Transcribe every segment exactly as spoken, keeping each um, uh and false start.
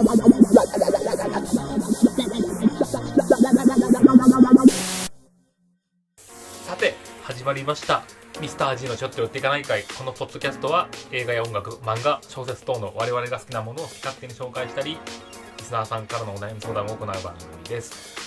さて始まりましたミスター G のちょっと寄っていかない会。このポッドキャストは映画や音楽、漫画、小説等の我々が好きなものを好き勝手に紹介したり、リスナーさんからのお悩み相談を行う番組です。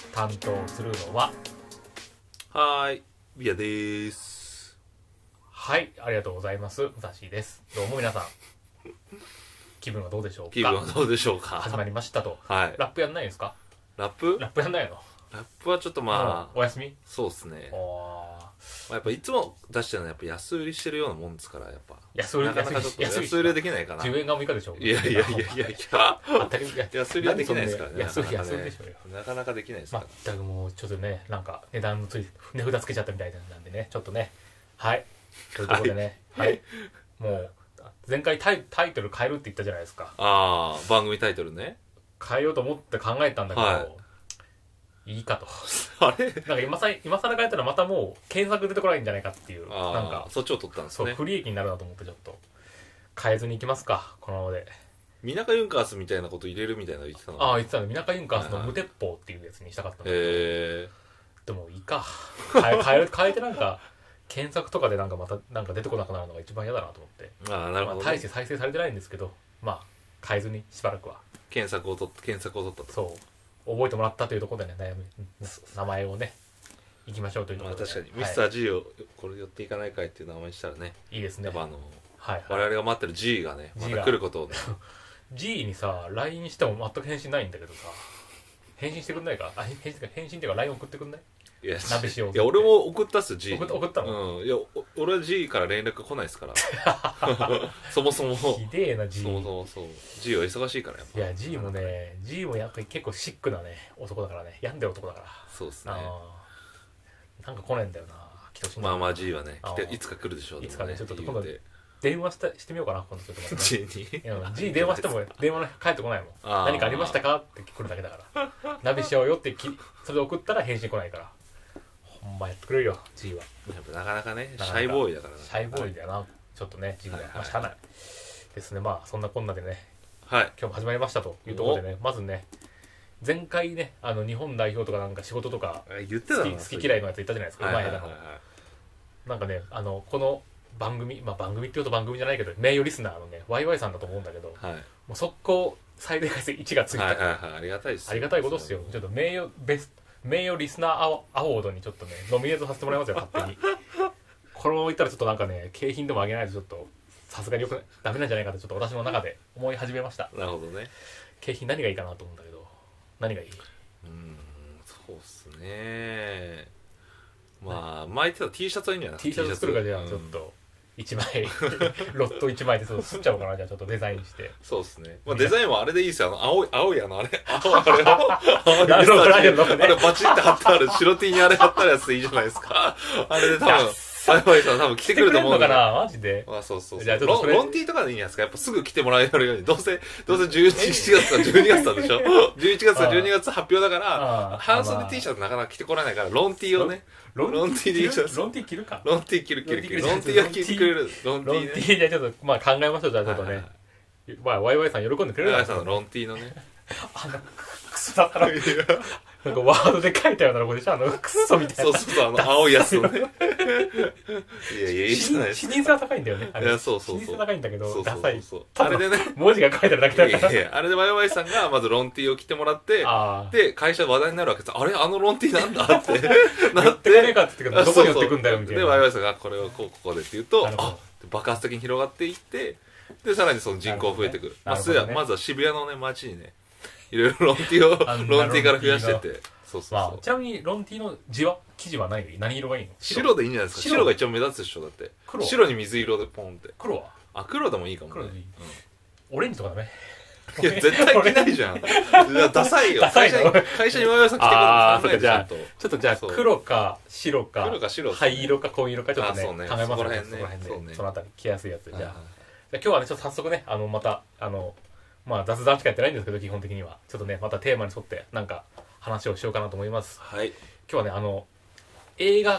担当するのははーい、ビアでーす。 はい、ありがとうございます。武蔵です。どうも皆さん気分はどうでしょうか。 気分はどうでしょうか。 始まりましたと。 はい。 ラップやんないんですか。 ラップラップやんないの。 ラップはちょっとまあお休み。 そうっすね。 おまあ、やっぱいつも出してるのはやっぱ安売りしてるようなもんですから、やっぱ安売りなかなかちょっと安売り安売りはできないかな。 じゅうえんが以下でしょ。 いやいやいやいやいや当たり安売りはできないですからね。 安売りなかなかね安売りでしょうよ。 なかなかできないですから。 全くもうちょっとね、なんか値段のつい値札つけちゃったみたいなんでね、ちょっとね、はいというところでね、はい、はい、もう前回タイ、タイトル変えるって言ったじゃないですか。 ああ、番組タイトルね。 変えようと思って考えたんだけど、はい、いいかと。 あれなんか今さ今更変えたらまたもう検索出てこないんじゃないかっていう、なんかそっちを取ったんですね。 そう不利益になるなと思ってちょっと変えずにいきますか、このままで。 ミナカユンカースみたいなこと入れるみたいなの言ってたの。 ああ言ってたの。ミナカユンカースの無鉄砲っていうやつにしたかったんだけど、 へでもいいか、変え変える変えてなんか検索とかでなんかまたなんか出てこなくなるのが一番嫌だなと思って。 ああなるほど、ね、 まあ、大して再生されてないんですけど、まあ変えずにしばらくは検索を取って検索を取ったと。 そう覚えてもらったというところでね、悩み名前をねいきましょうというところで、 まあ、確かに、はい、ミスター G をこれ寄っていかないかいっていう名前にしたらね、 いいですね。 やっぱあの、 はいはい、 我々が待ってる G がねまた来ることをね G にさ ライン しても全く返信ないんだけどさ、返信してくんないか。あ返信ってか返信っていうか ライン 送ってくんない。 いや鍋しよう。 いや俺も送ったっすよ G 送った送ったの。 うん、いや俺は G から連絡来ないですからそもそもひでえな G。 そもそもそう G は忙しいからやっぱ。 いや G もね G もやっぱり結構シックなね男だからね、病んでる男だから。 そうですね。 なんか来ないんだよな、来てほしい。 まあまあ G はね来ていつか来るでしょう。 いつかね、ちょっと今度電話したしてみようかな今度ちょっとまた、ね、 G に G 電話しても電話返ってこないもん。何かありましたかって来るだけだから鍋しようよってきそれで送ったら返信来ないから、ほんまやってくれるよ G は。 やっぱなかなかねシャイボーイだからね。 シャイボーイだよな、はい、ちょっとね G が、はいはい、まあしゃあないですね。まあそんなこんなでね、はい、今日も始まりましたというところでね、まずね前回ねあの日本代表とかなんか仕事とか言ってた好き、好き嫌いのやつ言ったじゃないですか、うまい下手の。なんかねあのこの番組、まあ番組って言うと番組じゃないけど名誉リスナーのねワイワイさんだと思うんだけど、はい、もう速攻最大回数いちがついた、はいはいはい、 ありがたいです、 ありがたいことっすよ。ちょっと名誉ベスト名誉リスナーアワードにちょっとねノミネートさせてもらいますよ勝手にこのままいったらちょっとなんかね景品でもあげないとちょっとさすがによくダメなんじゃないかとちょっと私の中で思い始めました。 なるほどね。 景品何がいいかなと思うんだけど、何がいい。 うーんそうっすね。まあ前言ってた T シャツはいいんじゃない。 T シャツ作るか。じゃあちょっといちまいロットいちまいでそう吸っちゃおうかな。じゃあちょっとデザインして。 そうですね、まあ、デザインはあれでいいですよ。あの青い青いあのあれ青あれをあれバチって貼ってある白 T にあれ貼ったやつでいいじゃないですか。あれで多分ワイワイさん多分来てくると思うんだからマジで。 あそうそうそう。 じゃあちょっとそれロン T とかでいいんじゃないですか。やっぱすぐ来てもらえるように。どうせどうせじゅういちがつかじゅうにがつなんでしょじゅういちがつかじゅうにがつ発表だから半袖 T シャツなかなか着てこられないからロン T をねロン T でいいじゃん。 ロン T 着るか。 ロン T 着る着る着るロン T は着てくれる。ロン T ね。 じゃあちょっとまあ考えましょう。じゃあちょっとねまあワイワイさん喜んでくれる。 ワイワイさんのロン T のねあのクソだからなんかワードで書いたようなロゴでしょ、あのクソみたいな。 そうそうそう、あの青いやつのね。いやいやいいじゃないですか。 視認性は高いんだよね。 いやそうそうそう。 視認性高いんだけどダサい。 あれでね文字が書いてあるだけだから。 いやいやあれでワイワイさんがまずロン T を着てもらって、で会社話題になるわけです。あれあのロン T なんだってなって。寄ってかねえかって言ってどこに寄ってくんだよみたいな。 でワイワイさんがこれをこうここでって言うと、あ爆発的に広がっていって、でさらにその人口増えてくる。まずは渋谷のね街にね。いろいろロンティーをロンティーから増やしてて、そうそうそう、 まあ、ちなみにロンティーの字は生地は何何色がいいの。 白でいいんじゃないですか。白, 白が一番目立つでしょ。だって白に水色でポンって。 黒はあ黒でもいいかもね。 黒でいい、うん、オレンジとかダメ。 いや絶対着ないじゃんダサいよ。会社に会社にワイワイさん来てくるの。 ああそうか。じゃあちょっとじゃあ黒か白か黒か白、ね、 灰色か紺色かちょっとね、ね、考えますね。そこら辺ね。 そのあたり着やすいやつ。じゃあ今日はねちょっと早速ねあのまたあのまあ雑談しかやってないんですけど基本的にはちょっとねまたテーマに沿ってなんか話をしようかなと思います。 はい。 今日はねあの映画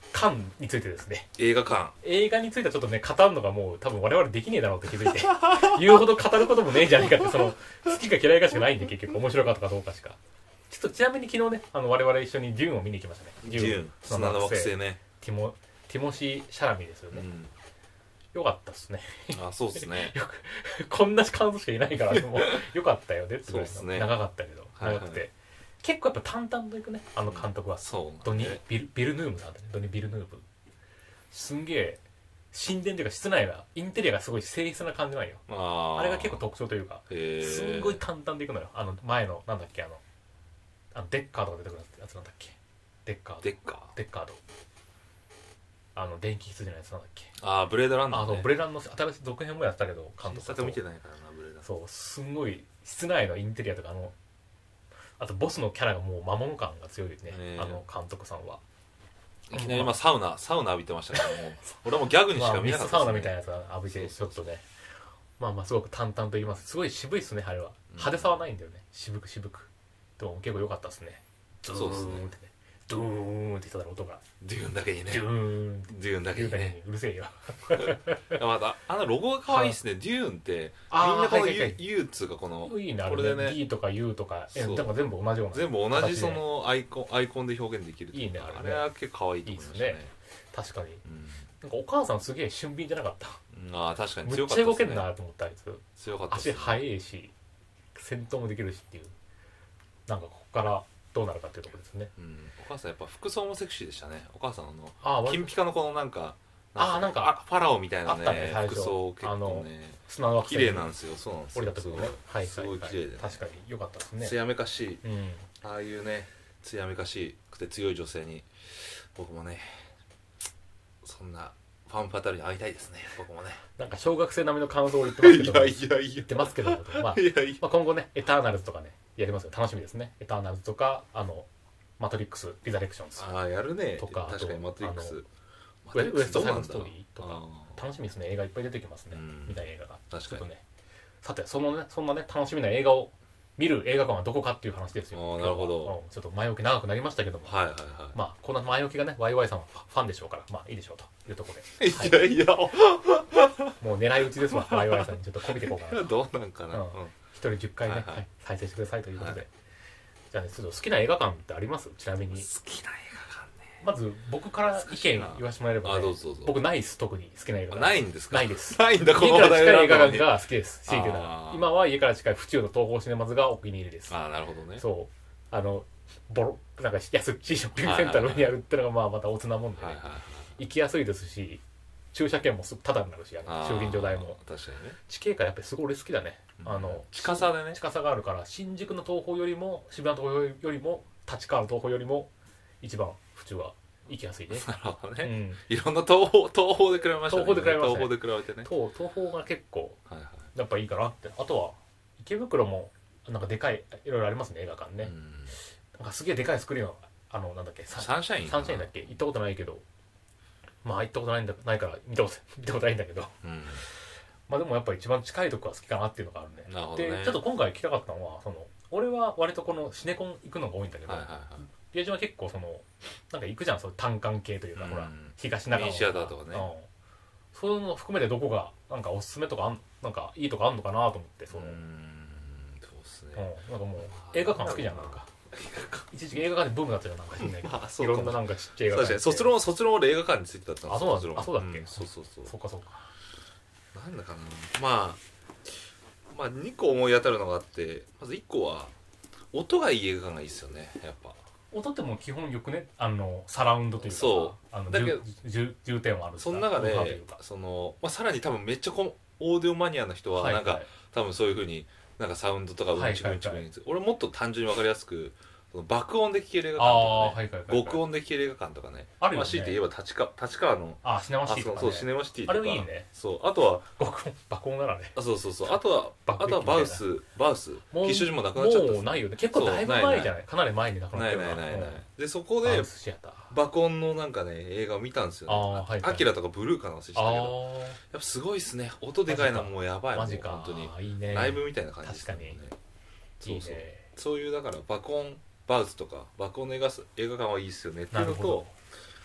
館についてですね、 映画館映画についてはちょっとね語るのがもう多分我々できねえだろうって気づいて言うほど語ることもねえんじゃねえかって、その好きか嫌いかしかないんで結局面白かったかどうかしか。ちょっとちなみに昨日ね、あの我々一緒にデューンを見に行きましたね。 デューン砂の惑星ね。 ティモティモシー・シャラミですよね、うん、よかったっすね。 あ、そうですねよくこんな感想しかいないからでもよかったよねってぐらいの、 ね、 長かったけど、 はいはい、 長くて結構やっぱ淡々といくね、あの監督は、うん、 そう、 ドニビルビルヌーブなんだね、ドニビルヌーブ。すんげえ神殿というか室内がインテリアがすごい静筆な感じなんよ。 あ, あれが結構特徴というか、すんごい淡々でいくのよ。あの前のなんだっけ、あのあのデッカードが出てくるやつなんだっけ、デッカードデッカーデッカードあの電気羊のやつなんだっけ、 ああブレードランナー、ね、 あのブレランの新しい続編もやったけど監督新作見てないからなブレード。 そうすんごい室内のインテリアとか、あのあとボスのキャラがもう魔物感が強いね、あの監督さんは。 いきなり今サウナサウナ浴びてましたけども俺はもうギャグにしか見なかったです、ね、 まあ、ミスサウナみたいなやつ浴びてちょっとね、まあまあすごく淡々と言います。すごい渋いっすねあれは。派手さはないんだよね、渋く渋く。でも結構良かったっすね。 そうですね。 ドゥーンって言ったら音がデューンだけにね、 デューンデューンだけにね、 うるせえよまたあのロゴが可愛いですね、デューンって。みんなこの U っつうかこのいいね、これでね D とか U とかだから全部同じような、 全部同じそのアイコンアイコンで表現できる。 いいねあれは結構可愛いと思いましたね。 確かに、なんかお母さんすげえ俊敏じゃなかった？ ああ確かに強かったですね。めっちゃ動けんなと思った。あいつ強かった。 足速いし戦闘もできるしっていう、なんかここからどうなるかっていうところですね、 うん、お母さんやっぱ服装もセクシーでしたね。お母さんの金ピカのこのなんかあなんかファラオみたいな ね, ね服装結構ね砂の惑星綺麗なんですよ。そうなんですよ。 降りた時のね、はい、 すごい綺麗で、ね、 確かに良かったですね。 艶めかしい、 うん、 ああいうね艶めかしくて強い女性に僕もねそんなファンファタルに会いたいですね。僕もねなんか小学生並みの感想を言ってますけどいやいやいや言ってますけども、まあ、 いやいやまあ今後ねエターナルズとかねやりますよ。楽しみですね。エターナルズとかあのマトリックスリザレクションズああやるねとか、 確かにマトリックスウエストサイドストーリーとか楽しみですね。映画いっぱい出てきますね、うん、見たい映画が。 確かに。 ちょっとね、さてそのねそんなね楽しみな映画を見る映画館はどこかっていう話ですよ。 あなるほど、 うん、ちょっと前置き長くなりましたけども、 はいはいはい、 まあこの前置きがねワイワイさんはファンでしょうから、まあいいでしょうというところで、はい、いやいやもう狙い撃ちですわワイワイさんにちょっとこびていこうかなどうなんかな、うん、 一人じゅっかいね、はいはい、再生してくださいということで、はい、じゃあねちょっと好きな映画館ってあります？ちなみに好きな映画館ね、 まず僕から意見言わせてもらえれば、ね、 あどうぞどうぞ。 僕ないです。特に好きな映画館ないんですか？ ないです。 ないんだ。この家から近い映画館が好きです。強いて言うなら今は家から近い府中の東宝シネマズがお気に入りです。 ああなるほどね。 そうあのボロなんか安っちいショッピングセンターの上にあるってのがまあまたおつなもんで、ね、はいはいはい、行きやすいですし駐車券もすぐタダになるし、あの駐輪場代も確かにね。 地形からやっぱりすごい俺好きだね、うん、あの近さでね近さがあるから新宿の東宝よりも渋谷の東宝よりも立川の東宝よりも一番府中は行きやすいね。 なるほどね、うん、いろんな東宝東宝で比べましたね。 東宝で比べましたね。 東宝で比べてね東東宝が結構やっぱいいかなって。あとは池袋もなんかでかいいろいろありますね映画館ね、うん、なんかすげえでかいスクリーンはあのなんだっけサンシャインサンシャインだっけ行ったことないけどまあ行ったことないんだないから見たこと見たことないんだけど、うん、まあでもやっぱ一番近いとこが好きかなっていうのがあるね。 なるほどね。 でちょっと今回聞きたかったのはその俺は割とこのシネコン行くのが多いんだけど、 はいはいはい、 宮島は結構そのなんか行くじゃん、そういう単館系というか、うん、ほら東中野シアターとかね、うん、 そういうの含めてどこがなんかおすすめとかあんなんかいいとかあんのかなと思って。そのうんそうっすね、 うん、なんかもう映画館好きじゃん。なんか一時期映画館でブームだったじゃんなんか知んないけど、まあ、いろんななんかちっちゃい映画館。 確かに卒論卒論俺映画館についてだったんですよ。 あそうだあそうだっけ、うん、 そうそうそうそうかそうか。 なんだかな、まあまあにこ思い当たるのがあって、まずいっこは音がいい映画館がいいですよね。やっぱ音ってもう基本よくね、あのサラウンドというか、 そうあのだけど重点はある。 その中でその、まあ、さらに多分めっちゃこオーディオマニアの人はなんか、はいはい、多分そういう風になんかサウンドとかうんちくうんちくについて、俺もっと単純に分かりやすくその爆音で聴ける映画館とかね、はいはいはいはい、極音で聴ける映画館とかね、 あるよね。 まあ、強いて言えば立川、立川のあシネマシティとか、ね、 そうシネマシティとかあれいいね。 そうあとは爆音爆音ならね。 あそうそうそうあとはあとはバウスバウス吉祥寺もなくなっちゃった。 もうないよね。結構だいぶ前じゃない。かなり前になくなってる。 ないないないない。でそこで爆音のなんかね映画を見たんですよね。あアキラとかブルーかな忘れてたけど、やっぱすごいっすね。音でかいのもうやばい。 マジか。 本当にいいね。 ライブみたいな感じですね。 確かに。 そうそうそういうだから爆音バウスとか爆音の映画映画館はいいっすよねっていうのと、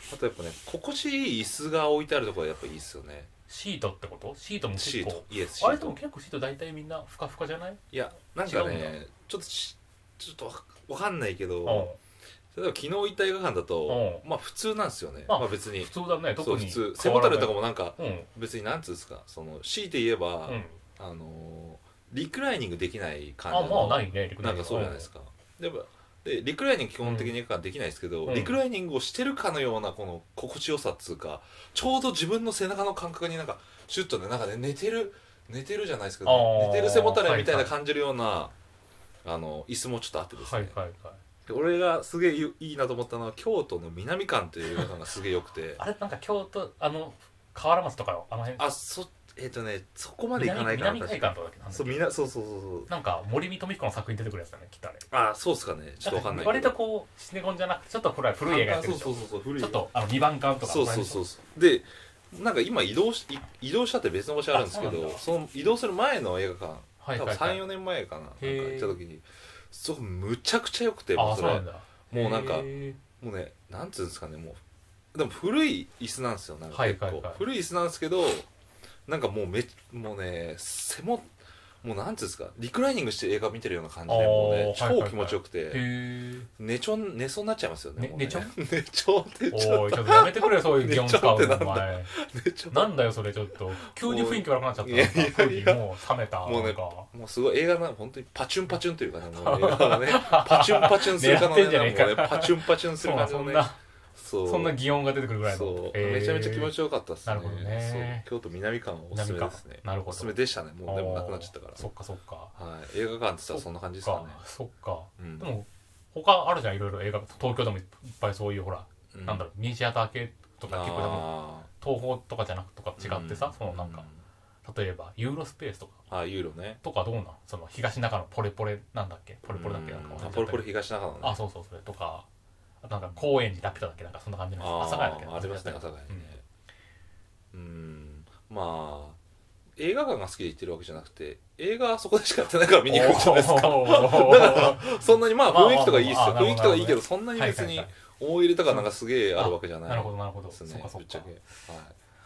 あとやっぱね心地いい椅子が置いてあるところはやっぱいいっすよね。 シートってこと？シートも結構シートイエスシート。 あれでも結構シート大体みんなふかふかじゃない？ いやなんかねちょっとちょっとわかんないけど、例えば昨日行った映画館だとまあ普通なんですよね。まあ別に普通だね。特に普通。背もたれとかもなんか、 うん、 別になんつうんですか、その強いて言えば、うん、あのリクライニングできない感じの、 あまあないねリクライニングなんかそうじゃないですか。ででリクライニング基本的に映画館できないですけど、うん、リクライニングをしてるかのようなこの心地よさっつうか、ちょうど自分の背中の感覚になんかシュッとねなんかね寝てる寝てるじゃないですけど、ね、寝てる背もたれみたいな感じるような、はいはい、あの椅子もちょっとあってですね、はいはいはい、で俺がすげえいいなと思ったのは京都の南館という映画館がすげえ良くてあれなんか京都あの河原町とかのあの辺あそえっ、ー、とねそこまで行かないかな。 南海館とかだっけ？ そうみなそうそうそうそうなんか森見富彦の作品出てくるやつだねきっとあれ。 あそうっすかねちょっとわかんないけど。 割とこうシネコンじゃなくてちょっと古い古い映画やってるでしょ。 そうそうそう古い。 ちょっとあのにばん館とかそうそうそうそうでなんか今移動し移動したって別の場所あるんですけど、その移動する前の映画館、はいはいはい、多分 さん,よ 年前かな、なんか行った時にそこむちゃくちゃ良くて、 あそうなんだ。 もうなんかもうねなんつうんですかね、もうでも古い椅子なんですよ。なんか結構、はいはいはい、古い椅子なんですけどなんかもうめもうね背ももうなんつうんですかリクライニングして映画見てるような感じでもうね超気持ちよくて、はいはいはい、寝ちょん寝そうになっちゃいますよね。 ね寝ちょん寝ちょんってちょっとやめてくれよそういう擬音使うのお前なんだよそれちょっと急に雰囲気悪くなっちゃった。いやいやいやもう冷めたもうねもうすごい映画が本当にパチュンパチュンというかねもう映画がねパチュンパチュンするかのねもうねパチュンパチュンする感じのねそ, そんな擬音が出てくるぐらいのそう、えー、めちゃめちゃ気持ちよかったっすね。 なるほどね。 京都南館おすすめですね。 なるほどおすすめでしたね。もうでもなくなっちゃったから。 そっかそっか、 はい、映画館って言ったらそんな感じですかね。 そっか、うん、でも他あるじゃんいろいろ映画東京でもいっぱいそういうほら、うん、なんだろうミニシアター系とか結構でも東宝とかじゃなくとか違ってさ、うん、そのなんか例えばユーロスペースとかあユーロねとかどうなんその東中野ポレポレなんだっけポレポレだっけなんかポレポレ東中野ね。 あそうそうそれとかあとなんか高円寺ラピュタだっけなんかそんな感じの阿佐ヶ谷だっけありますね阿佐ヶ谷ね。うん、うんまあ映画館が好きで行ってるわけじゃなくて映画はそこでしかやってないから見に行くじゃないですか。だからそんなにまあ雰囲気とかいいっすよ、雰囲気とかいいけどそんなに別に大入れとかなんかすげえあるわけじゃない。 なるほどなるほどですねぶっちゃけ。はい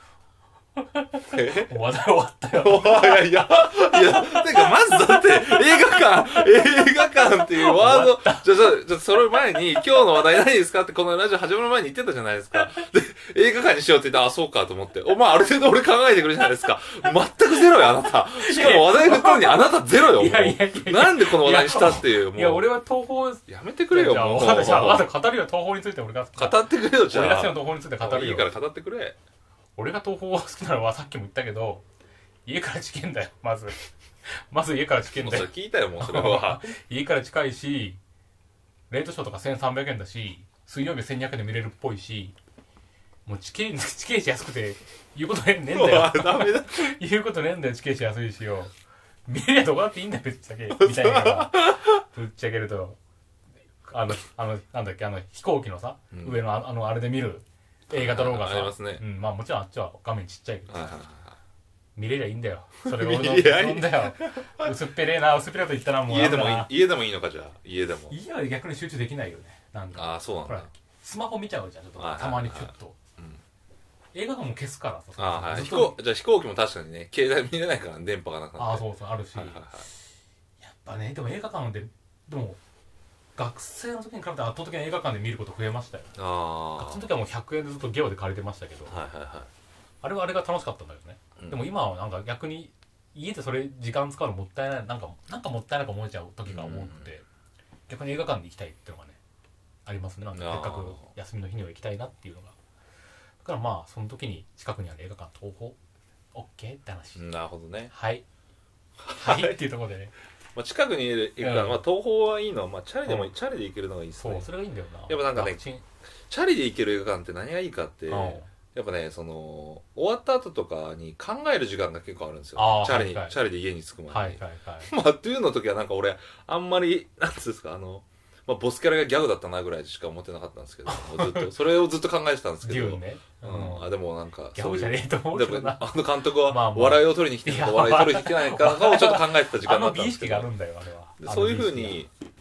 え話題終わったよ。 いやいやいやてかまずだって映画館映画館っていうワードじゃじゃじゃそれ前に今日の話題何ですかってこのラジオ始まる前に言ってたじゃないですか。で映画館にしようって言ってあそうかと思ってお前ある程度俺考えてくるじゃないですか。全くゼロよあなた。しかも話題振ったのにあなたゼロよ。 いやいやいやなんでこの話題にしたっていうもういや俺は東宝やめてくれよもう。 じゃあじゃああと語るよ東宝について俺が語ってくれよじゃあ。 俺が好きな東宝について語るよ。 いいから語ってくれ。 俺が東宝好きなのはさっきも言ったけど家から近いんだよまずまず家から近いんだよ。 もうそれ聞いたよもうそれは家から近いしレートショーとかせんさんびゃくえんだし水曜日せんにひゃくえんで見れるっぽいしもう地形地形値安くて言うことねえんだよダメだ言うことねえんだよ地形値安いしよ見れりゃどこだっていいんだよぶっちゃけみたいなぶっちゃけるとあのあのなんだっけあの飛行機のさ、うん、上のあのあれで見る映画だろうがさ、 ありますね。 うん、まあもちろんあっちは画面ちっちゃいけどさ、 はいはいはい、 見れりゃいいんだよ。それが俺の結論だよ。薄っぺれえな、薄っぺれえと言ったらもう家でもいい、家でもいいのかじゃあ、家でも。 家は逆に集中できないよね。なんか。 ああ、そうなんだ。ほら、 スマホ見ちゃうじゃん、ちょっと、はいはいはい、たまにちょっと。うん、映画館も消すからさ。 ああ、はい。飛行、じゃあ飛行機も確かにね、携帯見れないから電波がなくなって。 ああ、そうそう、あるし、はいはいはい。やっぱね、でも映画館で、でも、学生の時に比べて圧倒的に映画館で見ること増えましたよ。あ学生の時はもうひゃくえんでずっとゲオで借りてましたけど、はいはいはい、あれはあれが楽しかったんだよね、うん、でも今はなんか逆に家でそれ時間使うのもったいないなんかなんかもったいなく思えちゃう時が多くて、うん、逆に映画館で行きたいっていうのがねありますね。なんかせっかく休みの日には行きたいなっていうのがだからまあその時に近くにある映画館東宝 OK って話。 なるほどね。 はいはいっていうところでねまあ、近くにいる行くから、うんまあ、東宝はいいのは、まあ、チャリでも、うん、チャリで行けるのがいいですね。 そうそれがいいんだよな。 やっぱなんかねチャリで行ける映画館って何がいいかって、うん、やっぱねその終わった後とかに考える時間が結構あるんですよ。チャリに、はいはい、チャリで家に着くまでに、はいはいはい、まあっていうの時はなんか俺あんまりなんつうんですかあのまあ、ボスキャラがギャグだったなぐらいしか思ってなかったんですけどずっとそれをずっと考えてたんですけど、ねうん、あでもなんかギャグじゃねえと思うけどな。 あの監督は笑いを取りに来てるのか笑いを取りに来てないかをちょっと考えてた時間だったんですけど、 あの美意識があるんだよあれは。 そういう風に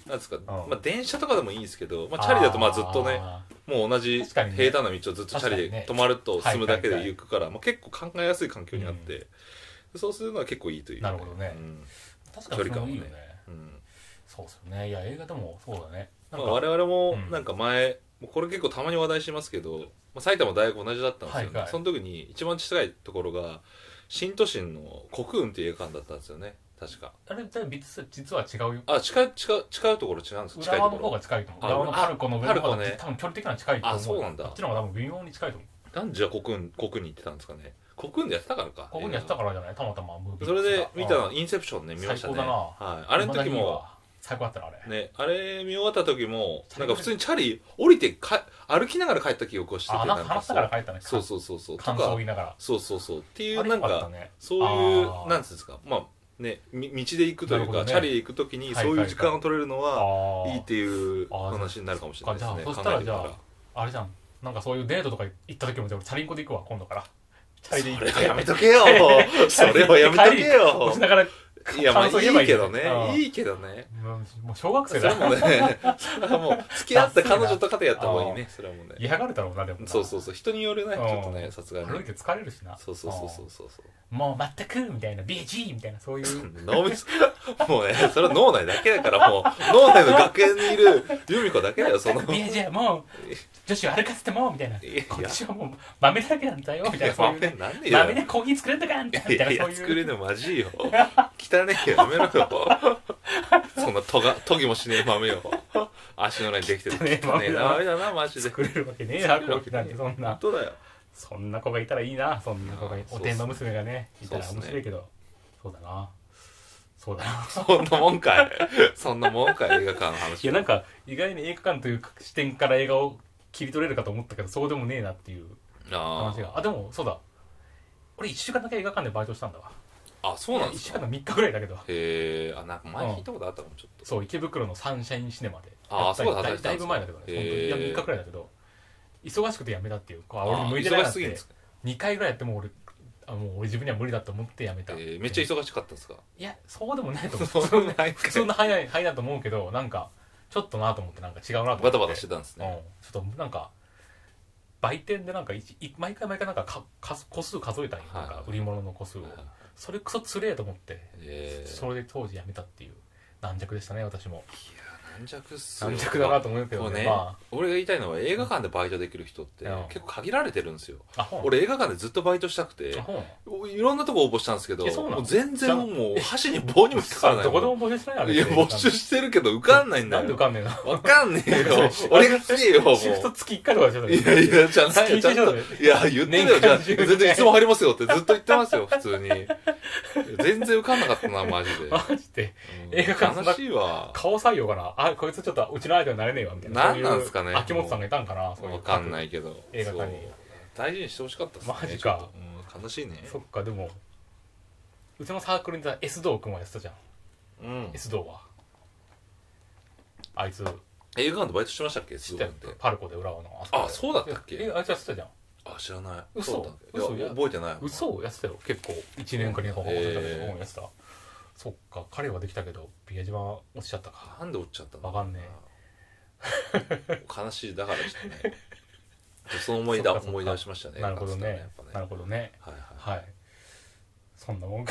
なんですか、 うん、 まあ、電車とかでもいいんですけど、まあ、チャリだとまあずっとねもう同じ平坦な道をずっとチャリで止まると進むだけで行くから、まあ、結構考えやすい環境にあって、うん、そうするのは結構いいという、ね、 なるほどね、うん、確かにそれもいいよね、うん、そうですよね。いや映画でもそうだね。 なんか、まあ、我々もなんか前、うん、これ結構たまに話題しますけど、まあ、埼玉大学同じだったんですよね、はいはい、その時に一番近いところが新都心の国運っていう映画館だったんですよね確か。 あれ実は違うよ。 あ近い近い近いところ違うんですか。 浦和の方が近いと思う。浦和のパルコの上の方が、ね、多分距離的には近いと思う。 あそうなんだ。 こっちの方が多分微妙に近いと思う。なんでじゃあ国運国運に行ってたんですかね。国運でやってたからか。 国運でやってたからじゃない。たまたまムービーそれで見たのインセプションね見ましたね。 最高だな。 はい。あれの時も最高だったなあれ。 ねあれ見終わった時もなんか普通にチャリ降りてか歩きながら帰った記憶をしてて、 あなんか話しながら帰ったね。 そうそうそうそう。 感想を言いながら。 そうそうそうっていうなんかそういうなんつうんですかまあ。ね、道で行くというか、ね、チャリで行くときにそういう時間を取れるのはいいっていう話になるかもしれないですね。 そしたらじゃああれじゃんなんかそういうデートとか行った時もチャリンコで行くわ今度から。チャリで行く。 それはやめとけよそれはやめとけよ押しながらいやまあいいけどねいいけどねもう小学生だそれもねそれはもう付き合った彼女とかでやった方がいいねそれはもうね嫌がれたろうなでもそうそうそう人によるねちょっとねさすがに歩いて疲れるしなそうそうそうそうそうもう全くみたいな ビージー みたいなそういう脳みそもうねそれは脳内だけだからもう脳内の学園にいる由美子だけだよそのビージー もう女子を歩かせてもみたいなこっちはもう豆だけなんだよみたいなそういう、ね、豆でコーヒー作れんだかみたいなそういう作れんのマジよ汚ねえよやめろよそんなとが研ぎもしねえ豆よ足の裏にできてるねえ豆だなマジで作れるわけねえなコーヒーなんてそんな本当だよそんな子がいたらいいなそんな子がおてんば娘がねいたら面白いけどそうだなそうだなそんなもんかいそんなもんかい映画館の話いやなんか意外に映画館という視点から映画を切り取れるかと思ったけどそうでもねえなっていう話が あ, あでもそうだ俺いっしゅうかんだけ映画館でバイトしたんだわ。 あそうなんですか。 いっしゅうかんのみっかぐらいだけど。 へえあなんか前聞いたことあったかもちょっと、 うん、そう池袋のサンシャインシネマでああそうだだ い, だいぶ前だけどね本当にいやみっかぐらいだけど忙しくて辞めたっていうこう俺に向いてないなってにかいぐらいやっても俺あもう俺自分には無理だと思って辞めた、えー、めっちゃ忙しかったんですか。 いやそうでもないと思う普通の普通の範囲だと思うけどなんかちょっとなと思ってなんか違うなと思ってバタバタしてたんですね、 うん、ちょっとなんか売店でなんか毎回毎回なんかかか個数数えたんよ、はい、なんか売り物の個数を、はい、それクソつれえと思って、えー、それで当時辞めたっていう軟弱でしたね私も。 いや軟弱っすよ。 軟弱だなと思うけどね, ね、 まあ、 俺が言いたいのは映画館でバイトできる人って結構限られてるんですよ、うん、俺映画館でずっとバイトしたくていろんなとこ応募したんですけどもう全然もう箸に棒にも引っかからない。 どこでも募集してないあれ。 いや募集してるけど受かんないんだよ。 なんで受かんねえの。 分かんねえよ俺が来てよもうシフト月いっかいとかじゃない。 いやいやじゃないよちゃんといや言ってるよじゃあ全然いつも入りますよってずっと言ってますよ普通に全然受かんなかったなマジでマジで、うん、映画館悲しいわ。 顔採用かなあこいつちょっとうちのアイドルになれねえわみたいな。 何なんですかね。 秋元さんがいたんかな。 分かんないけど映画館に大事にしてほしかったっすね。 マジか、 うん、悲しいね。 そっかでもうちのサークルにさ S 道君はやってたじゃん、うん、S 道はあいつ映画館でバイトしてましたっけ。 S 道ってパルコで浦和のあそうだったっけ。 えあいつやってたじゃん。 あ知らない。 嘘嘘いや覚えてない。 嘘やってたよ結構いちねんかにねんかんやってた。そっか彼はできたけどビア島落ちちゃったか。 なんで落ちちゃったの分かんねえ悲しいだからちょっとねその思い出思い出しましたね。 なるほどねなるほどねはいはい、はい、そんなもんか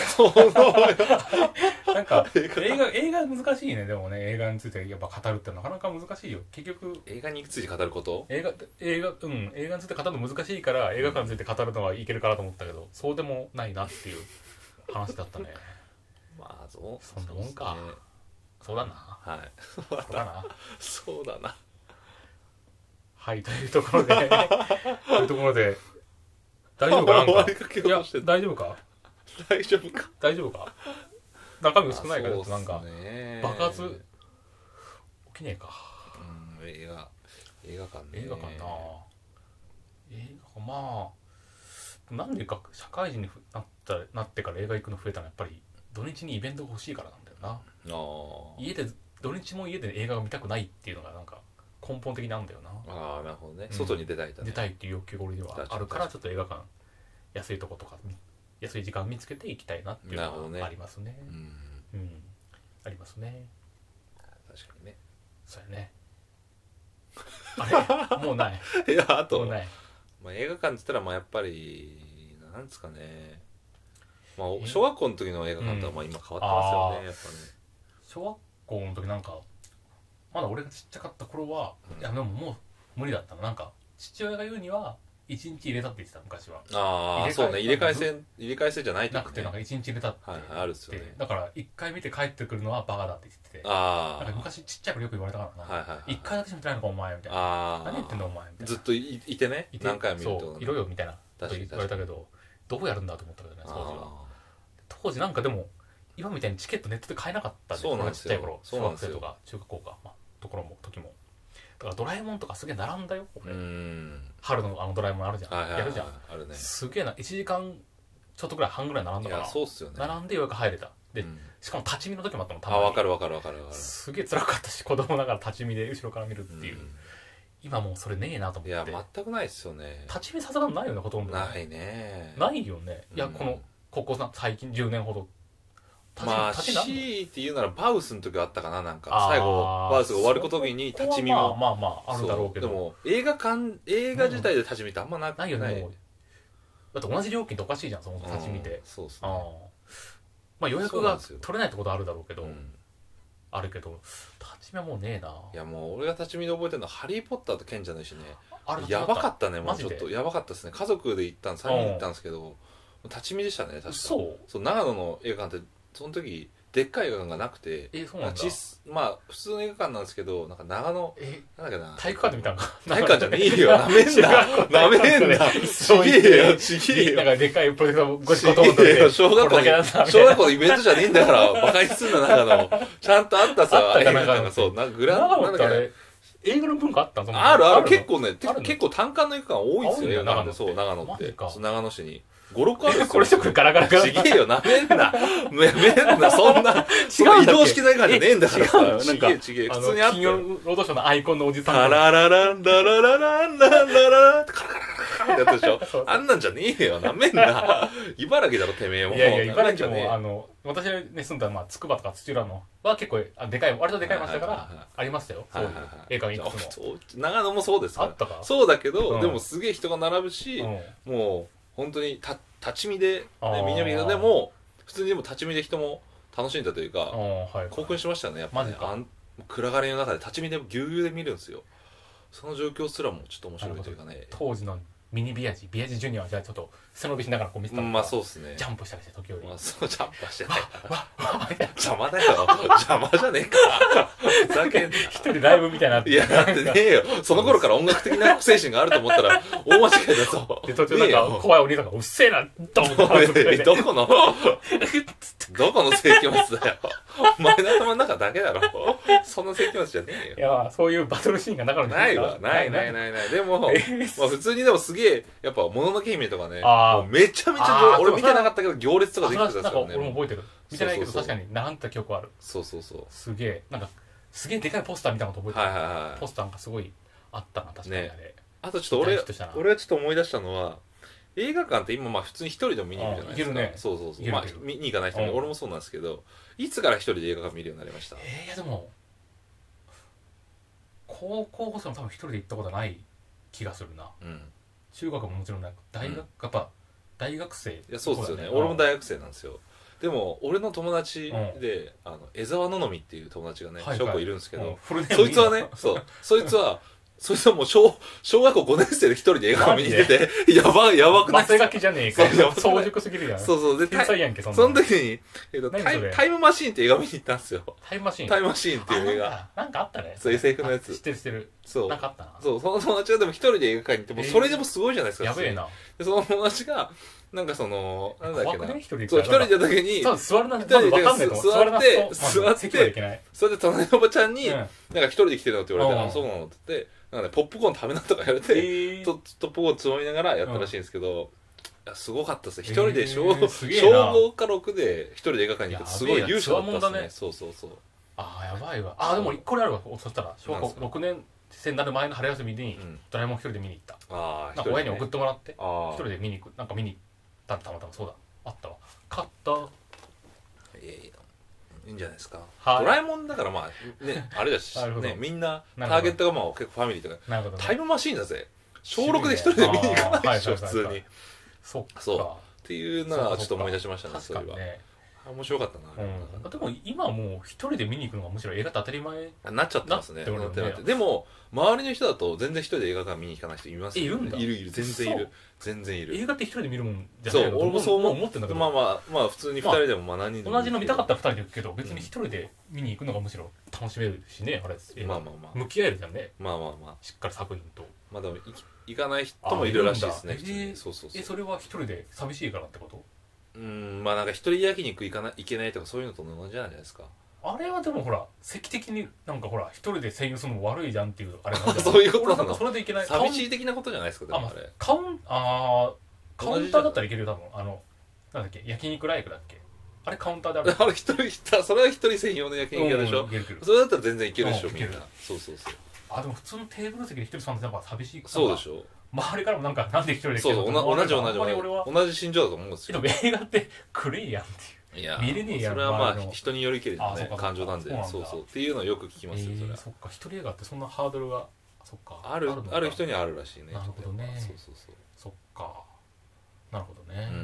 なんか映画映画難しいね。でもね映画についてやっぱ語るってなかなか難しいよ結局。 映画について語ること映画映画うん映画について語るの難しいから映画館について語るのはいけるかなと思ったけどそうでもないなっていう話だったねまあそうそんなもんか。そうだなはいそうだなそうだなはいというところでというところで大丈夫かなんかいや大丈夫か大丈夫か大丈夫か中身少ないからとなんか爆発起きねえか。 うん映画映画館ね映画館な映画館まあなんでか社会人になったなってから映画行くの増えたのはやっぱり土日にイベントが欲しいからなんだよな。あ家で土日も家で映画が見たくないっていうのがなんか根本的なんだよな。 ああなるほどね、うん、外に出たいと、ね、 出たいっていう欲求が俺にはあるからちょっと映画館安いとことか安い時間見つけて行きたいなっていうのはありますね。うん、うん、ありますね。 確かにね。 そうやね。あれもうない。 いやあともうない。 まあ、映画館って言ったらまあやっぱりなんですかね、まあ、小学校の時の映画館とはまあ今変わってますよね、うん、やっぱね。 小学校の時なんかまだ俺がちっちゃかった頃は、うん、いやでももう無理だったの。なんか父親が言うにはいちにち入れたって言ってた昔は。 ああそうね、入れ替え制入れ替え制じゃないと、 ね、なくてなんかいちにち入れたって、 はいはい、あるっすよね。 だからいっかい見て帰ってくるのはバカだって言ってて、 ああなんか昔ちっちゃい頃よく言われたからな、 はいはいはい、 いっかいだけしか見てないのかお前みたいな、 あ何言ってんだお前みたいな、 ずっと い, いてねいて何回も見ると、ね、 そういろよみたいなこと言われたけど、どうやるんだと思ったけどね当時は。当時なんかでも今みたいにチケットネットで買えなかったんで、 そうなんですよ、 ちっちゃい頃小学生とか中学校か、まあ、ところも時もだからドラえもんとかすげえ並んだよ俺。うん、春のあのドラえもんあるじゃん、はいはいはい、やるじゃん、あるね、すげえないちじかんちょっとぐらい半ぐらい並んだから。いやそうっすよね、並んでようやく入れた。で、うん、しかも立ち見の時もあったのたまに。あ、分かる分かる分かる分かる。すげえ辛かったし、子供ながら立ち見で後ろから見るっていう、うん、今もうそれねえなと思って。いや全くないっすよね。立ち見さすがにないよねほとんど。ないね、ないよね、うん、いやこのここ最近じゅうねんほどまあ C っていうならバウスの時はあったかな、なんか最後バウスが終わる時に立ち見もまあまああるだろうけど、でも映画館映画自体で立ち見ってあんまなくないよね。だって同じ料金っておかしいじゃんその立ち見て。そうですね。まあ予約が取れないってことはあるだろうけど、あるけど立ち見はもうねえな。いやもう俺が立ち見で覚えてるのはハリー・ポッターと賢者の石ね。やばかったね。もうちょっとやばかったですね。家族で行ったんさんにん行ったんですけど立ち見でしたね。確かそうそう、長野の映画館ってその時でっかい映画館がなくて、えそうなんだ、まあ普通の映画館なんですけど、なんか長野えなんだっけな、体育館で見たんか。体育館じゃねえよ、なめんななめんな、ちげえよちげえよ、なんかでっかいプロジェクトご仕事を取って小学校小学校のイベントじゃねえんだからバカにすんな。長野ちゃんとあったさ映画館が、そうなんかグランなんだっけ映画の文化あったの。あるある、結構ね結構単館の映画館多いんですよ映画館で。そう長野って長野市にご、ろっこあるんですよ。これちょっとガラガラガラ。ちげえよ、なめんな。めめんな、そんな、そんな移動式の映画じゃねえんだからさ。なんか、ちげえ、普通にあった。金曜ロードショーのアイコンのおじさん。タラララン、ララララン、ララララン、カラカラカラってやったでしょ。あんなんじゃねえよ、なめんな。茨城だろ、てめえも。いやいや、茨城も、あの、私がね、住んだ、まあ、筑波とか土浦のは結構、でかい、割とでかい町だから、ありましたよ。そういう映画いくつも。長野もそうですか。あったか。そうだけど、でもすげえ人が並ぶし、もう、本当にた立ち見で、ね、みんな見たでも普通にでも立ち見で人も楽しんだというか、はいはい、興奮しましたねやっぱね。あん暗がりの中で立ち見でぎゅうぎゅうで見るんですよ。その状況すらもちょっと面白いというかね。当時のミニビアジビアジジュニアはじゃあちょっと背伸びしながらこう見てたのか、まあそうですね、ジャンプしたりして時折、まあ、そうジャンプはしてないから邪魔だよ邪魔じゃねえかふざけんな。一人ライブみたいな。いやだってねえよ、その頃から音楽的な精神があると思ったら大間違いだぞ。で途中なんか怖いお兄さんがうっせえなドンどこのどこの世紀末だよお前の頭の中だけだろそんな世紀末じゃねえよ。いやそういうバトルシーンがなかったないわ、ないないないない。でも、まあ普通にでもすげえやっぱもののけ姫とかね、もうめちゃめちゃ俺見てなかったけど行列とかできてたんですよね。俺も覚えてる、見てないけど確かに並んだ記憶ある。そうそうそう、すげえなんかすげえでかいポスター見たこと覚えてる。ポスターがすごいあったな確かにあれ。あとちょっと俺俺はちょっと思い出したのは、映画館って今まあ普通に一人でも見に行くじゃないですか。そうそうそう、まあ見に行かない人も俺もそうなんですけど、いつから一人で映画館見るようになりました？えー、いやでも高校生も多分一人で行ったことはない気がするな。うん、中学ももちろんなく大学、うん、やっぱ大学生。いやそうですよね、俺も大学生なんですよ。でも俺の友達で、うん、あの江沢ののみっていう友達がね、はいはい、小学校いるんですけど、うん、そいつはねそうそいつはそいつはもう 小, 小学校ごねん生で一人で映画館見に行ってて、やばいやばくないですか。汗書きじゃねえか。早熟すぎるやん。そうそうで天才やんけそんな。その時に、えー、とタイタイムマシーンって映画見に行ったんですよ。タイムマシーンタイムマシーンっていう映画なんかあったね。そう エスエフ のやつ知ってる知ってる。そうなんかあったな。そうその友達がでも一人で映画館に行ってもそれでもすごいじゃないですか。やべえな。でその友達がなんかそのなんだっけな、そう一人で時に座るなんて分かんないと思う。座って座ってそれで隣のおばちゃんになんか一人で来てるのって言われて、あそうなのって言って、なんかね、ポップコーン食べなとか言われて、えー、とポップコーンつまみながらやったらしいんですけど、うん、いやすごかったですね。一人で小、えー、小ごかろくで一人で映画館に行くとすごい優秀だったですね。そうそうそう。ああやばいわ。ああでもこれあるわ。そしたら小学ろくねん生になる前の春休みにドラえもん一人で見に行った。ああ、なんか親に送ってもらって一人で見に行く、なんか見に行ったたまたまそうだあったわ。買った。いやいやいいんじゃないですか、 はい、 ドラえもんだからまあねあれだしね、みんなターゲットがまあ結構ファミリーとか、 なるほど、ね、 タイムマシーンだぜ小ろくで一人で見に行かないでしょ、普通に。 そっかそうっていうのはちょっと思い出しましたね。そういえばね、 面白かったな、 うん、でも今もう一人で見に行くのがむしろ映画って当たり前なっちゃってますね。 なってね。 でも周りの人だと全然一人で映画館見に行かない人いますよね。 いるんだ。 いるいる、全然いる、全然いる。 映画って一人で見るもんじゃないの。 そう、俺もそう思ってんだけど、 まあまあまあ普通に二人でもまあ何人でも、 同じの見たかったら二人で行くけど、別に一人で見に行くのがむしろ楽しめるしね、あれ。 まあまあまあ向き合えるじゃんね。 まあまあまあしっかり作品と。 まあでも行かない人もいるらしいですね。そうそうそう。 え、それは一人で寂しいからってこと？ うん、まあなんか一人焼肉行かないいけないとかそういうのと同じじゃないですか。 あれはでもほら席的になんかほら一人で占有するのも悪いじゃんっていうあれなんそういうことなの。 なんかそれでいけない。 寂しい的なことじゃないですか。でもあれカウンあカウンターだったらいけるよ多分。あのなんだっけ焼肉ライクだっけ、あれカウンターである。 あれ一人それは一人専用の焼肉屋でしょ、うん、それだったら全然いけるでしょ、みんな。そうそうそう。あでも普通のテーブル席で一人座んでなんか寂しい。 そうでしょ。 周りからもなんかなんで一人で来てるの。そうそう、同じ同じ同じ同じ心情だと思うんですよ。 でも映画ってくれやんっていう。 いや見れねえやん。 それはまあ人によりけりのね感情なんで、そうそうっていうのをよく聞きますよ。それはそっか、一人映画ってそんなハードルがそっかあるある人にはあるらしいね。 なるほどね。 そうそうそう。 そっか。なるほどね。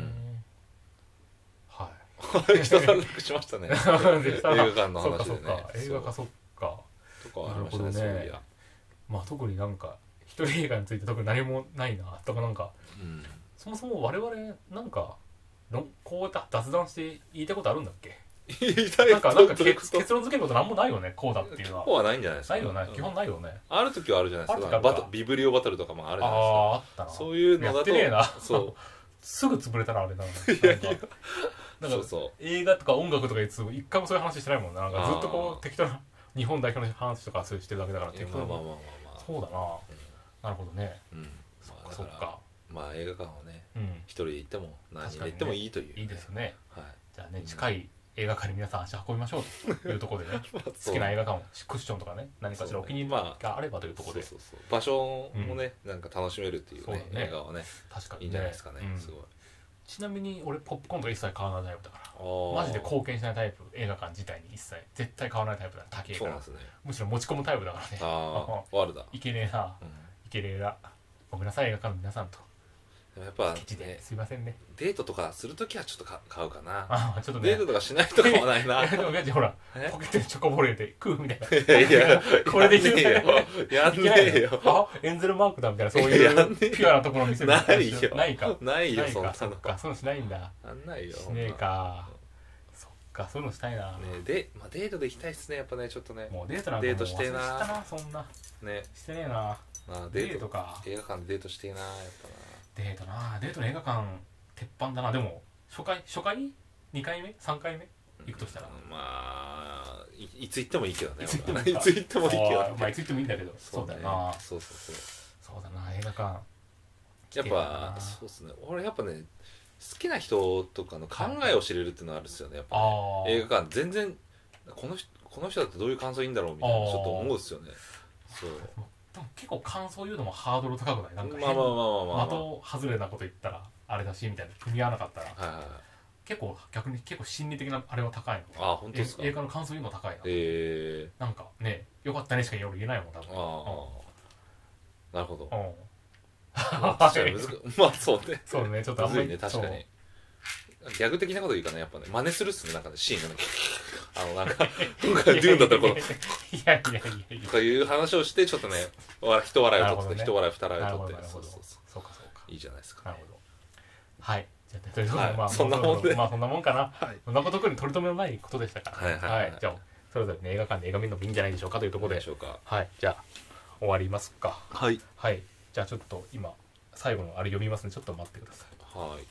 はい。人段落しましたね。映画館の話でね。 映画かそっか。 とかありましたね。そういや。 まあ特になんか一人映画について特に何もないなとかなんか、うん、そもそも我々なんかこうやって雑談して言いたいことあるんだっけ？ 言いたいなんかなんか結論付けることなんもないよね、こうだっていうのは。 こうはないんじゃないですか。 ないよね、基本ないよね。 ある時はあるじゃないですか。バトビブリオバトルとかもあるじゃないですか。 ああ、あったな。 そういうのだとやってねえな。 そうすぐ潰れたらあれだな。なんか映画とか音楽とか言って一回もそういう話してないもんな。なんかずっとこう適当な日本代表の話とかしてるだけだから適当に。そうだな。なるほどね。そっかそっか。 まあ映画館をね、一人で行っても何人で行ってもいいという。 いいですね。じゃあね、近い映画館に皆さん足運びましょうというところでね、好きな映画館をクッションとかね、何かしらお気に入りがあればというところで、 場所もね、なんか楽しめるっていうね、映画はね、 確かにいいんじゃないですかね。すごい。 ちなみに俺ポップコーンとか一切買わないタイプだからマジで貢献しないタイプ。映画館自体に一切絶対買わないタイプだ。高いから、ね、むしろ持ち込むタイプだからね。 ああワルだいけねえな、うん、いけねえな。ごめんなさい映画館の皆さんと。 でもやっぱ、 ね、すいませんね。 デートとかするときはちょっと買うかな。 あちょっとね、 デートとかしないとかはないな。 でもガチほらポケットにチョコボレーで食うみたいな。いやいやこれでいいよ。 やんねえよ。 あエンゼルマークだみたいなそういうピュアなところを見せる。 ないよ。 ないか。 ないよそんなの。 そっかそういうのしないんだ。 なんないよ。 しねえか。そっかそういうのしたいな。 ねでまあデートで行きたいっすねやっぱねちょっとね。 もうデートなんかデートしてえな。 したなそんな。 ねしてねえな。デートか。 映画館でデートしてえなやっぱな。 デートなデートの映画館鉄板だな。でも初回初回にかいめさんかいめ行くとしたら、 うん、まあ い, いつ行ってもいいけどね。 いつ行ってもいいいつ行ってもいいけど、ね、 まあいつ行ってもいいんだけどそうだよな。 そうそうそうそうだな映画館やっぱそうですね。俺やっぱね好きな人とかの考えを知れるっていうのがあるんですよねやっぱね、映画館全然この人この人だってどういう感想いいんだろうみたいなちょっと思うんですよね。そう結構感想言うのもハードル高くない？なんかまあまあまあまあまあ的外れなこと言ったらあれだしみたいな組み合わなかったら、 はいはい、 結構逆に結構心理的なあれは高いの。 あ本当ですか。 映画の感想言うの高いな。 えー、 なんかねよかったねしか夜言えないもん多分。 ああ、なるほど。 うんまあそうね。 そうねちょっとあんまりね確かに。ギャグ的なこと言うかねやっぱね真似するっすねなんかねシーンがねあのなんか今回デューンだったらこのいやいやいやいやとかいう話をしてちょっとね人笑いを取って人笑い二笑いを取ってそうそうそうかそうかいいじゃないですか。 なるほど。はいじゃあということでまあそんなもんでまあそんなもんかな。そんなこと特に取り留めのないことでしたからはいじゃあそれぞれね映画館で映画見るのもいいんじゃないでしょうかというところではいじゃあ終わりますか。 はいはいじゃあちょっと今最後のあれ読みますね。ちょっと待ってください。 はい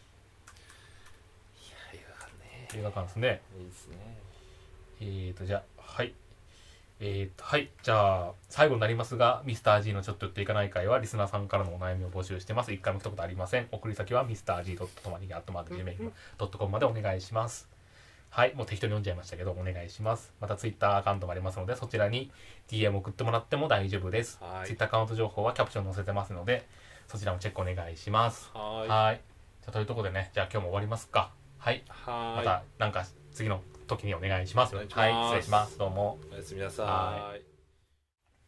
映画館ですね。 いいですね。 えーとじゃあはいえーとはいじゃあ最後になりますがミスター G のちょっと言っていかない会はリスナーさんからのお悩みを募集してます。一回も来たことありません。送り先は ミスタージードットトマニギアットマークジーメールドットコム までお願いします。はいもう適当に読んじゃいましたけどお願いします。またツイッターアカウントもありますのでそちらに ディーエム 送ってもらっても大丈夫です。ツイッターアカウント情報はキャプション載せてますのでそちらもチェックお願いします。 はいはいじゃあというところでねじゃあ今日も終わりますか。はいはいまたなんか次の時にお願いします。 お願いします。 はい、失礼します。どうも。 おやすみなさい。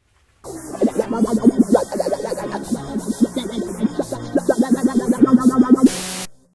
Bye.